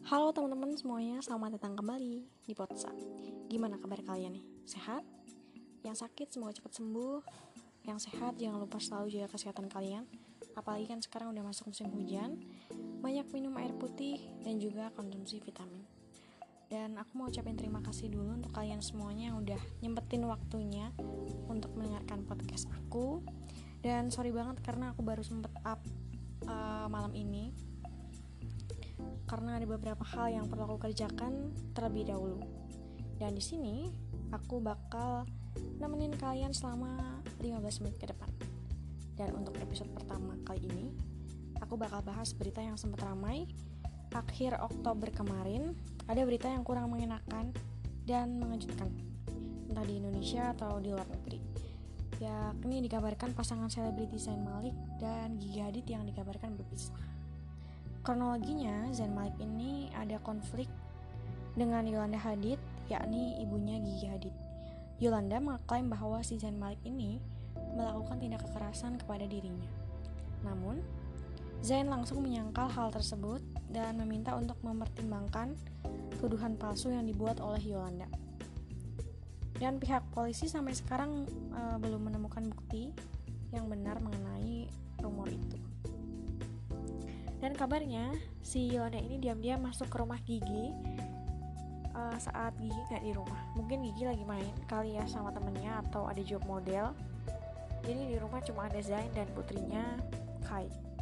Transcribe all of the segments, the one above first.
Halo teman-teman semuanya, selamat datang kembali di Potsa. Gimana kabar kalian nih? Sehat? Yang sakit semoga cepat sembuh. Yang sehat jangan lupa selalu jaga kesehatan kalian. Apalagi kan sekarang udah masuk musim hujan. Banyak minum air putih dan juga konsumsi vitamin. Dan aku mau ucapin terima kasih dulu untuk kalian semuanya yang udah nyempetin waktunya untuk mendengarkan podcast aku. Dan sorry banget karena aku baru sempet up malam ini, karena ada beberapa hal yang perlu aku kerjakan terlebih dahulu. Dan di sini aku bakal nemenin kalian selama 15 menit ke depan. Dan untuk episode pertama kali ini, aku bakal bahas berita yang sempat ramai akhir Oktober kemarin. Ada berita yang kurang mengenakan dan mengejutkan, entah di Indonesia atau di luar negeri. Yakni dikabarkan pasangan selebriti Zayn Malik dan Gigi Hadid yang dikabarkan berpisah. Kronologinya, Zayn Malik ini ada konflik dengan Yolanda Hadid, yakni ibunya Gigi Hadid. Yolanda mengklaim bahwa si Zayn Malik ini melakukan tindak kekerasan kepada dirinya. Namun, Zayn langsung menyangkal hal tersebut dan meminta untuk mempertimbangkan tuduhan palsu yang dibuat oleh Yolanda. Dan pihak polisi sampai sekarang belum menemukan bukti yang benar mengenai rumor itu. Dan kabarnya si Yolanda ini diam-diam masuk ke rumah Gigi saat Gigi gak di rumah. Mungkin Gigi lagi main kali ya sama temennya atau ada job model. Jadi di rumah cuma ada Zayn dan putrinya Kai.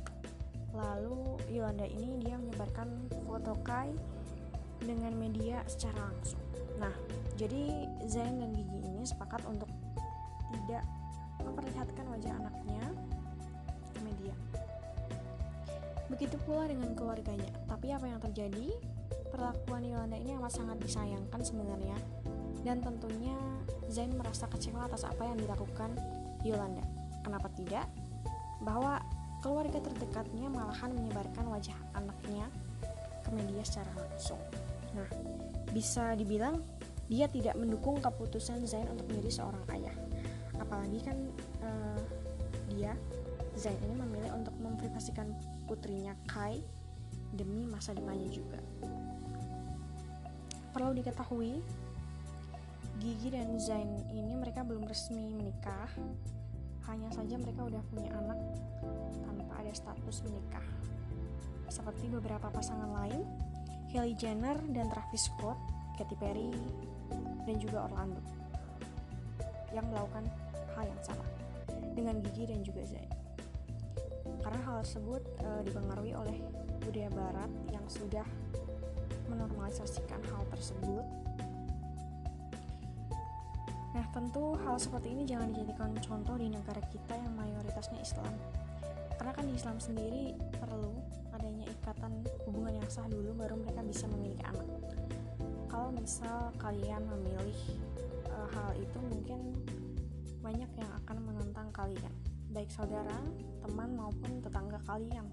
Lalu Yolanda ini dia menyebarkan foto Kai dengan media secara langsung. Nah, jadi Zayn dan Gigi ini sepakat untuk tidak memperlihatkan wajah anaknya ke media. Begitu pula dengan keluarganya. Tapi apa yang terjadi? Perlakuan Yolanda ini amat sangat disayangkan sebenarnya. Dan tentunya Zayn merasa kecewa atas apa yang dilakukan Yolanda. Kenapa tidak? Bahwa keluarga terdekatnya malahan menyebarkan wajah anaknya ke media secara langsung. Nah, bisa dibilang dia tidak mendukung keputusan Zayn untuk menjadi seorang ayah. Apalagi kan Zayn ini memilih untuk memprivasikan putrinya Kai demi masa depannya juga. Perlu diketahui, Gigi dan Zayn ini mereka belum resmi menikah. Hanya saja mereka udah punya anak tanpa ada status menikah. Seperti beberapa pasangan lain, Kylie Jenner dan Travis Scott, Katy Perry, dan juga Orlando, yang melakukan hal yang sama dengan Gigi dan juga Zayn. Karena hal tersebut dipengaruhi oleh budaya barat yang sudah menormalisasikan hal tersebut. Nah, tentu hal seperti ini jangan dijadikan contoh di negara kita yang mayoritasnya Islam. Karena kan di Islam sendiri perlu adanya ikatan hubungan yang sah dulu baru mereka bisa memiliki anak. Kalau misal kalian memilih hal itu, mungkin banyak yang akan menentang kalian, baik saudara, teman maupun tetangga kalian.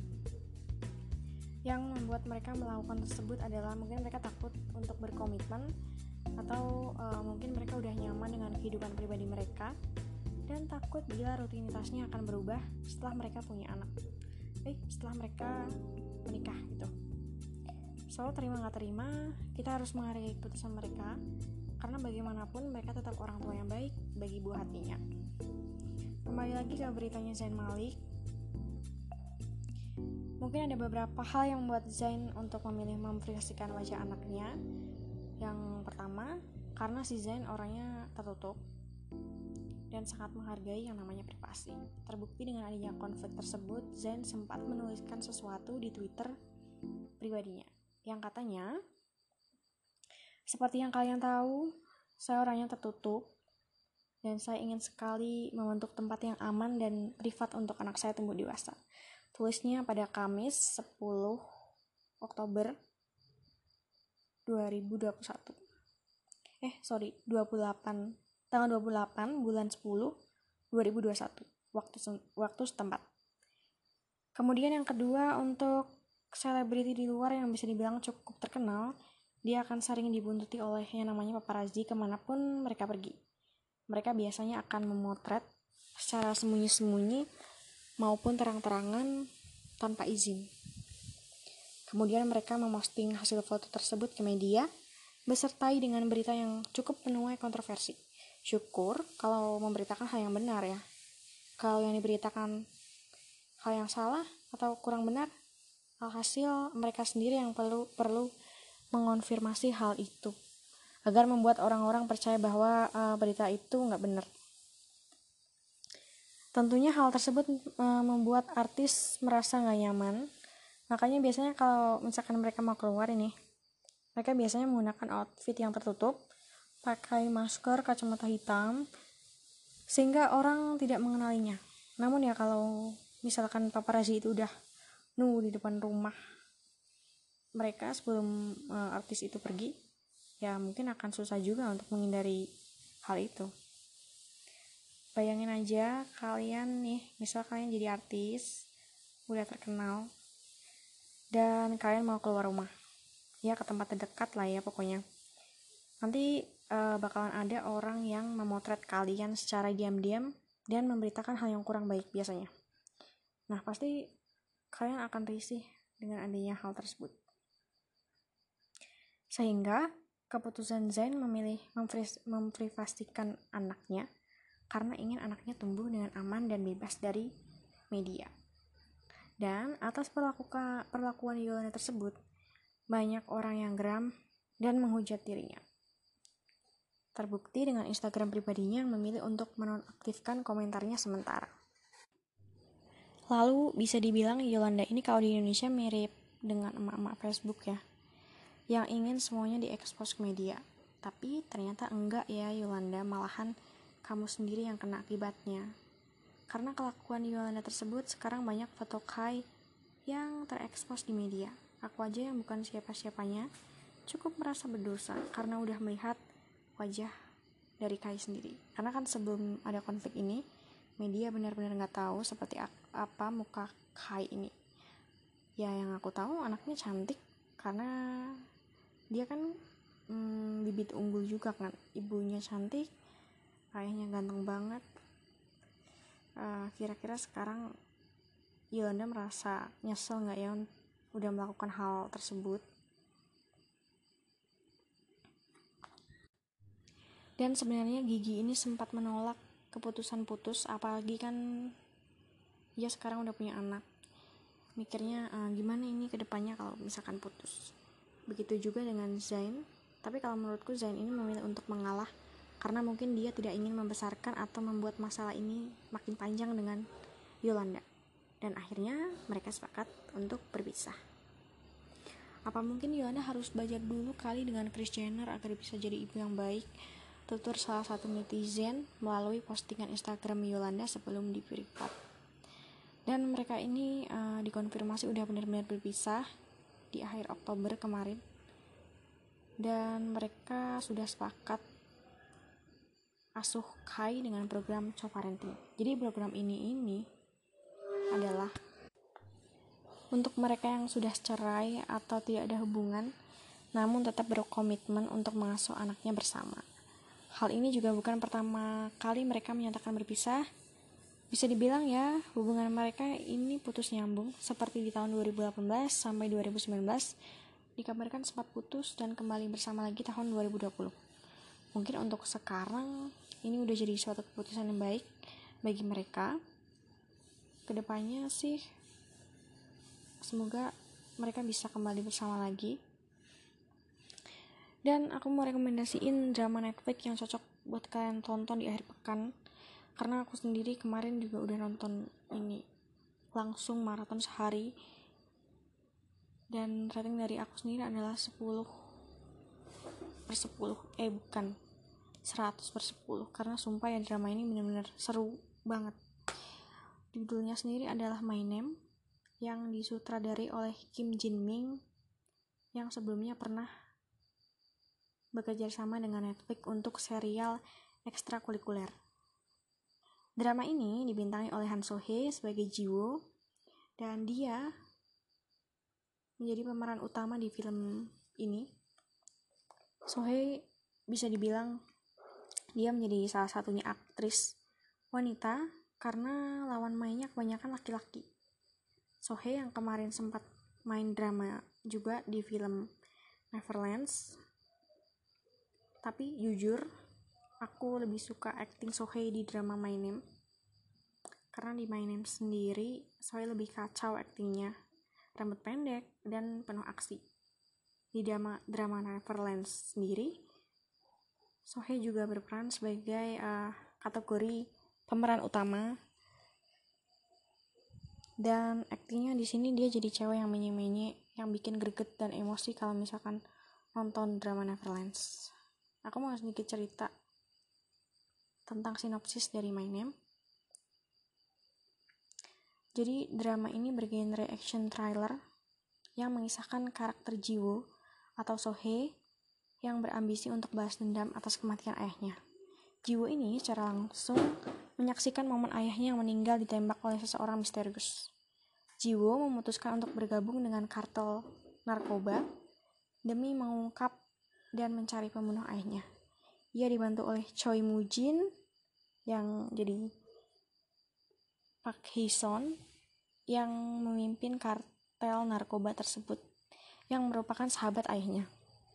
Yang membuat mereka melakukan tersebut adalah mungkin mereka takut untuk berkomitmen, atau mungkin mereka udah nyaman dengan kehidupan pribadi mereka dan takut bila rutinitasnya akan berubah setelah mereka punya anak, setelah mereka menikah gitu. So, terima gak terima, kita harus menghargai keputusan mereka, karena bagaimanapun mereka tetap orang tua yang baik bagi buah hatinya. Kembali lagi ke beritanya Zayn Malik. Mungkin ada beberapa hal yang membuat Zayn untuk memilih memprivasikan wajah anaknya. Yang pertama, karena si Zayn orangnya tertutup dan sangat menghargai yang namanya privasi. Terbukti dengan adanya konflik tersebut, Zayn sempat menuliskan sesuatu di Twitter pribadinya yang katanya, seperti yang kalian tahu, saya orangnya tertutup dan saya ingin sekali membentuk tempat yang aman dan privat untuk anak saya tumbuh dewasa. Tulisnya pada Kamis 10 Oktober 2021. Tanggal 28 bulan 10 2021 waktu setempat. Kemudian yang kedua, untuk selebriti di luar yang bisa dibilang cukup terkenal, dia akan sering dibuntuti oleh yang namanya paparazzi kemanapun mereka pergi. Mereka biasanya akan memotret secara sembunyi-sembunyi maupun terang-terangan tanpa izin. Kemudian mereka memposting hasil foto tersebut ke media, besertai dengan berita yang cukup menuai kontroversi. Syukur kalau memberitakan hal yang benar ya. Kalau yang diberitakan hal yang salah atau kurang benar, alhasil mereka sendiri yang perlu mengonfirmasi hal itu, agar membuat orang-orang percaya bahwa berita itu nggak benar. Tentunya hal tersebut membuat artis merasa nggak nyaman. Makanya biasanya kalau misalkan mereka mau keluar ini, mereka biasanya menggunakan outfit yang tertutup, pakai masker, kacamata hitam, sehingga orang tidak mengenalinya. Namun ya kalau misalkan paparazzi itu udah nunggu di depan rumah mereka sebelum artis itu pergi, ya mungkin akan susah juga untuk menghindari hal itu. Bayangin aja kalian nih, misal kalian jadi artis, udah terkenal, dan kalian mau keluar rumah, ya ke tempat terdekat lah ya pokoknya. Nanti bakalan ada orang yang memotret kalian secara diam-diam dan memberitakan hal yang kurang baik biasanya. Nah pasti kalian akan risih dengan adanya hal tersebut. Sehingga keputusan Zain memilih memprivasikan anaknya karena ingin anaknya tumbuh dengan aman dan bebas dari media. Dan atas perlakuan Yolanda tersebut, banyak orang yang geram dan menghujat dirinya. Terbukti dengan Instagram pribadinya yang memilih untuk menonaktifkan komentarnya sementara. Lalu bisa dibilang Yolanda ini kalau di Indonesia mirip dengan emak-emak Facebook ya, yang ingin semuanya diekspos ke media. Tapi ternyata enggak ya Yolanda, malahan kamu sendiri yang kena akibatnya. Karena kelakuan Yolanda tersebut sekarang banyak foto Kai yang terekspos di media. Aku aja yang bukan siapa-siapanya cukup merasa berdosa karena udah melihat wajah dari Kai sendiri. Karena kan sebelum ada konflik ini, media benar-benar gak tahu seperti apa muka Kai ini. Ya yang aku tahu anaknya cantik karena dia kan bibit unggul juga kan. Ibunya cantik, ayahnya ganteng banget. Kira-kira sekarang Yolanda merasa nyesel gak ya udah melakukan hal tersebut? Dan sebenarnya Gigi ini sempat menolak keputusan putus, apalagi kan dia sekarang udah punya anak. Mikirnya gimana ini kedepannya kalau misalkan putus. Begitu juga dengan Zain. Tapi kalau menurutku Zain ini memilih untuk mengalah karena mungkin dia tidak ingin membesarkan atau membuat masalah ini makin panjang dengan Yolanda. Dan akhirnya mereka sepakat untuk berpisah. Apa mungkin Yolanda harus belajar dulu kali dengan Kris Jenner agar bisa jadi ibu yang baik? Tutur salah satu netizen melalui postingan Instagram Yolanda sebelum di privat. Dan mereka ini dikonfirmasi udah benar-benar berpisah di akhir Oktober kemarin. Dan mereka sudah sepakat asuh Kai dengan program co-parenting. Jadi program ini adalah untuk mereka yang sudah cerai atau tidak ada hubungan namun tetap berkomitmen untuk mengasuh anaknya bersama. Hal ini juga bukan pertama kali mereka menyatakan berpisah. Bisa dibilang ya, hubungan mereka ini putus nyambung seperti di tahun 2018 sampai 2019 dikabarkan sempat putus dan kembali bersama lagi tahun 2020. Mungkin untuk sekarang ini udah jadi suatu keputusan yang baik bagi mereka. Kedepannya sih semoga mereka bisa kembali bersama lagi. Dan aku mau rekomendasiin drama Netflix yang cocok buat kalian tonton di akhir pekan. Karena aku sendiri kemarin juga udah nonton ini langsung maraton sehari. Dan rating dari aku sendiri adalah 10/10. Bukan 100/10. Karena sumpah ya drama ini benar-benar seru banget. Judulnya sendiri adalah My Name, yang disutradari oleh Kim Jin Ming yang sebelumnya pernah bekerja sama dengan Netflix untuk serial ekstrakurikuler. Drama ini dibintangi oleh Han So Hye sebagai Jiwoo dan dia menjadi pemeran utama di film ini. So Hye bisa dibilang dia menjadi salah satunya aktris wanita karena lawan mainnya kebanyakan laki-laki. So Hye yang kemarin sempat main drama juga di film Neverlands. Tapi jujur, aku lebih suka acting Sohei di drama My Name. Karena di My Name sendiri, Sohei lebih kacau actingnya, rambut pendek dan penuh aksi. Di drama Neverlands sendiri, Sohei juga berperan sebagai kategori pemeran utama, dan aktingnya di sini dia jadi cewek yang menye-menye, yang bikin greget dan emosi kalau misalkan nonton drama Neverlands. Aku mau sedikit cerita tentang sinopsis dari My Name. Jadi drama ini bergenre action thriller yang mengisahkan karakter Jiwoo atau Sohei yang berambisi untuk balas dendam atas kematian ayahnya. Jiwoo ini secara langsung menyaksikan momen ayahnya yang meninggal ditembak oleh seseorang misterius. Jiwoo memutuskan untuk bergabung dengan kartel narkoba demi mengungkap dan mencari pembunuh ayahnya. Ia dibantu oleh Choi Moo-jin yang jadi Park Hee-son yang memimpin kartel narkoba tersebut, yang merupakan sahabat ayahnya.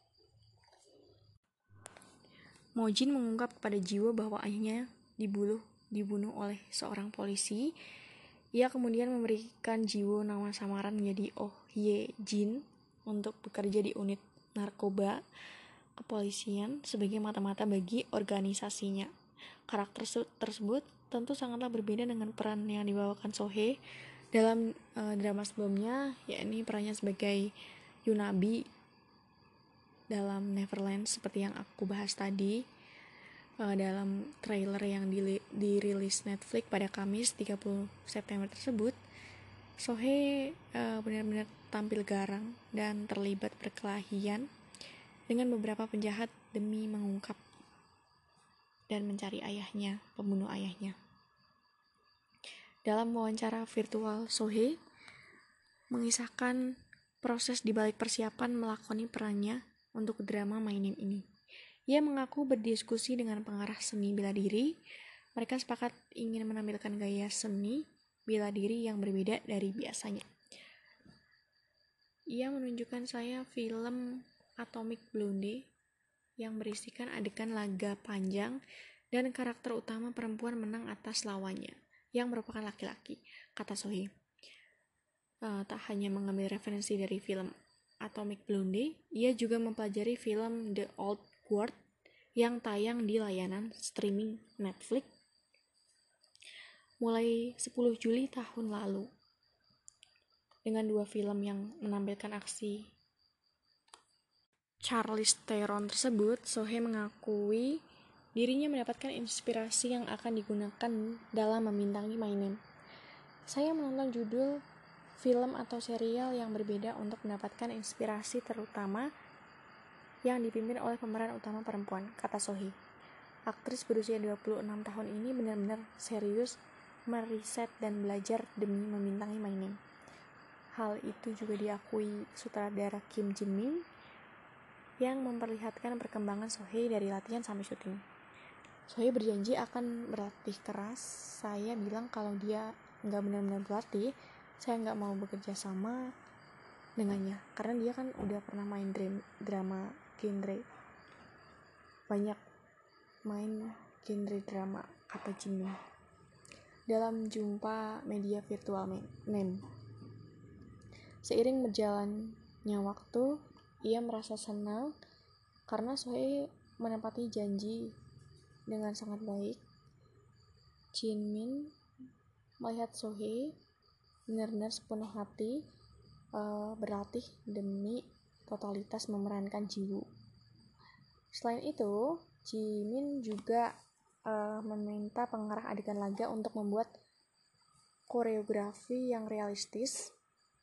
Moo-jin mengungkap kepada Jiwoo bahwa ayahnya dibunuh oleh seorang polisi. Ia kemudian memberikan Jiwoo nama samaran menjadi Oh Ye Jin untuk bekerja di unit narkoba kepolisian sebagai mata-mata bagi organisasinya. Karakter tersebut tentu sangatlah berbeda dengan peran yang dibawakan Sohei dalam drama sebelumnya, yakni perannya sebagai Yunabi dalam Neverland seperti yang aku bahas tadi. Dalam trailer yang dirilis Netflix pada Kamis 30 September tersebut, Sohei benar-benar tampil garang dan terlibat perkelahian dengan beberapa penjahat demi mengungkap dan mencari ayahnya, pembunuh ayahnya. Dalam wawancara virtual, Sohei mengisahkan proses di balik persiapan melakoni perannya untuk drama My Name ini. Ia mengaku berdiskusi dengan pengarah seni bela diri. Mereka sepakat ingin menampilkan gaya seni bela diri yang berbeda dari biasanya. Ia menunjukkan saya film Atomic Blonde yang berisikan adegan laga panjang dan karakter utama perempuan menang atas lawannya, yang merupakan laki-laki, kata Sohei. Tak hanya mengambil referensi dari film Atomic Blonde, ia juga mempelajari film The Old Guard yang tayang di layanan streaming Netflix mulai 10 Juli tahun lalu. Dengan 2 film yang menampilkan aksi Charlize Theron tersebut, Sohei mengakui dirinya mendapatkan inspirasi yang akan digunakan dalam membintangi My Name. Saya menonton judul film atau serial yang berbeda untuk mendapatkan inspirasi, terutama yang dipimpin oleh pemeran utama perempuan, kata Sohei. Aktris berusia 26 tahun ini benar-benar serius meriset dan belajar demi membintangi My Name. Hal itu juga diakui sutradara Kim Jin-min yang memperlihatkan perkembangan Sohei dari latihan sampai syuting. Sohei berjanji akan berlatih keras. Saya bilang kalau dia nggak benar-benar berlatih, saya nggak mau bekerja sama dengannya, karena dia kan udah pernah main drama genre, banyak main genre drama, kata Jinmin dalam jumpa media virtual Name. Seiring berjalannya waktu, ia merasa senang karena Sohei menepati janji dengan sangat baik. Jinmin melihat Sohei benar-benar sepenuh hati berlatih demi totalitas memerankan Jiwoo. Selain itu, Jimin juga meminta pengarah adegan laga untuk membuat koreografi yang realistis,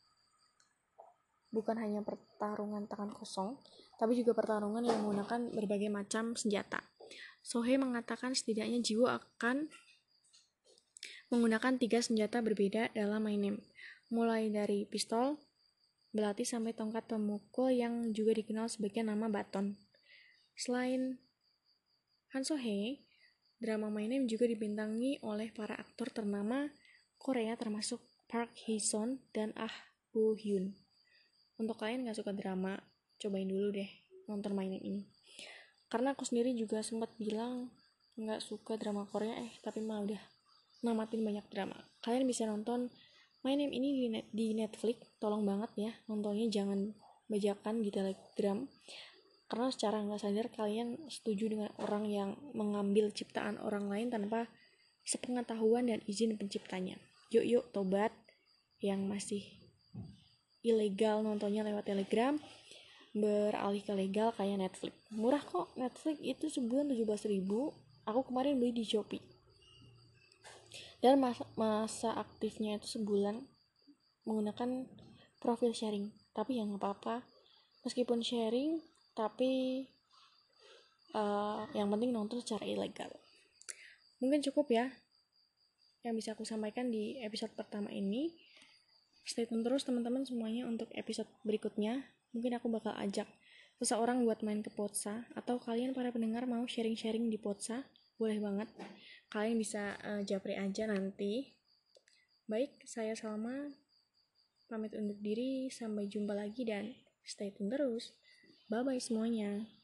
bukan hanya pertarungan tangan kosong, tapi juga pertarungan yang menggunakan berbagai macam senjata. Sohei mengatakan setidaknya Jiwoo akan menggunakan 3 senjata berbeda dalam My Name, mulai dari pistol, belati sampai tongkat pemukul yang juga dikenal sebagai nama baton. Selain Han Sohei, drama My Name juga dibintangi oleh para aktor ternama Korea termasuk Park Hee-son dan Ah Bo-hyun. untuk kalian gak suka drama, cobain dulu deh nonton My Name ini. Karena aku sendiri juga sempat bilang gak suka drama Korea, tapi malah udah namatin banyak drama. Kalian bisa nonton My Name ini di Netflix. Tolong banget ya, nontonnya jangan bajakan di Telegram. Karena secara gak sadar kalian setuju dengan orang yang mengambil ciptaan orang lain tanpa sepengetahuan dan izin penciptanya. Yuk tobat yang masih ilegal nontonnya lewat Telegram, beralih ke legal kayak Netflix. Murah kok, Netflix itu sebulan 17.000. Aku kemarin beli di Shopee. Dan masa aktifnya itu sebulan menggunakan profil sharing. Tapi ya nggak apa-apa, meskipun sharing, tapi yang penting nonton secara ilegal. Mungkin cukup ya yang bisa aku sampaikan di episode pertama ini. Stay tune terus teman-teman semuanya untuk episode berikutnya. Mungkin aku bakal ajak seseorang buat main ke Potsa, atau kalian para pendengar mau sharing-sharing di Potsa, boleh banget. Kalian bisa japri aja nanti. Baik, saya Salma pamit undur diri, sampai jumpa lagi dan stay tune terus. Bye bye semuanya.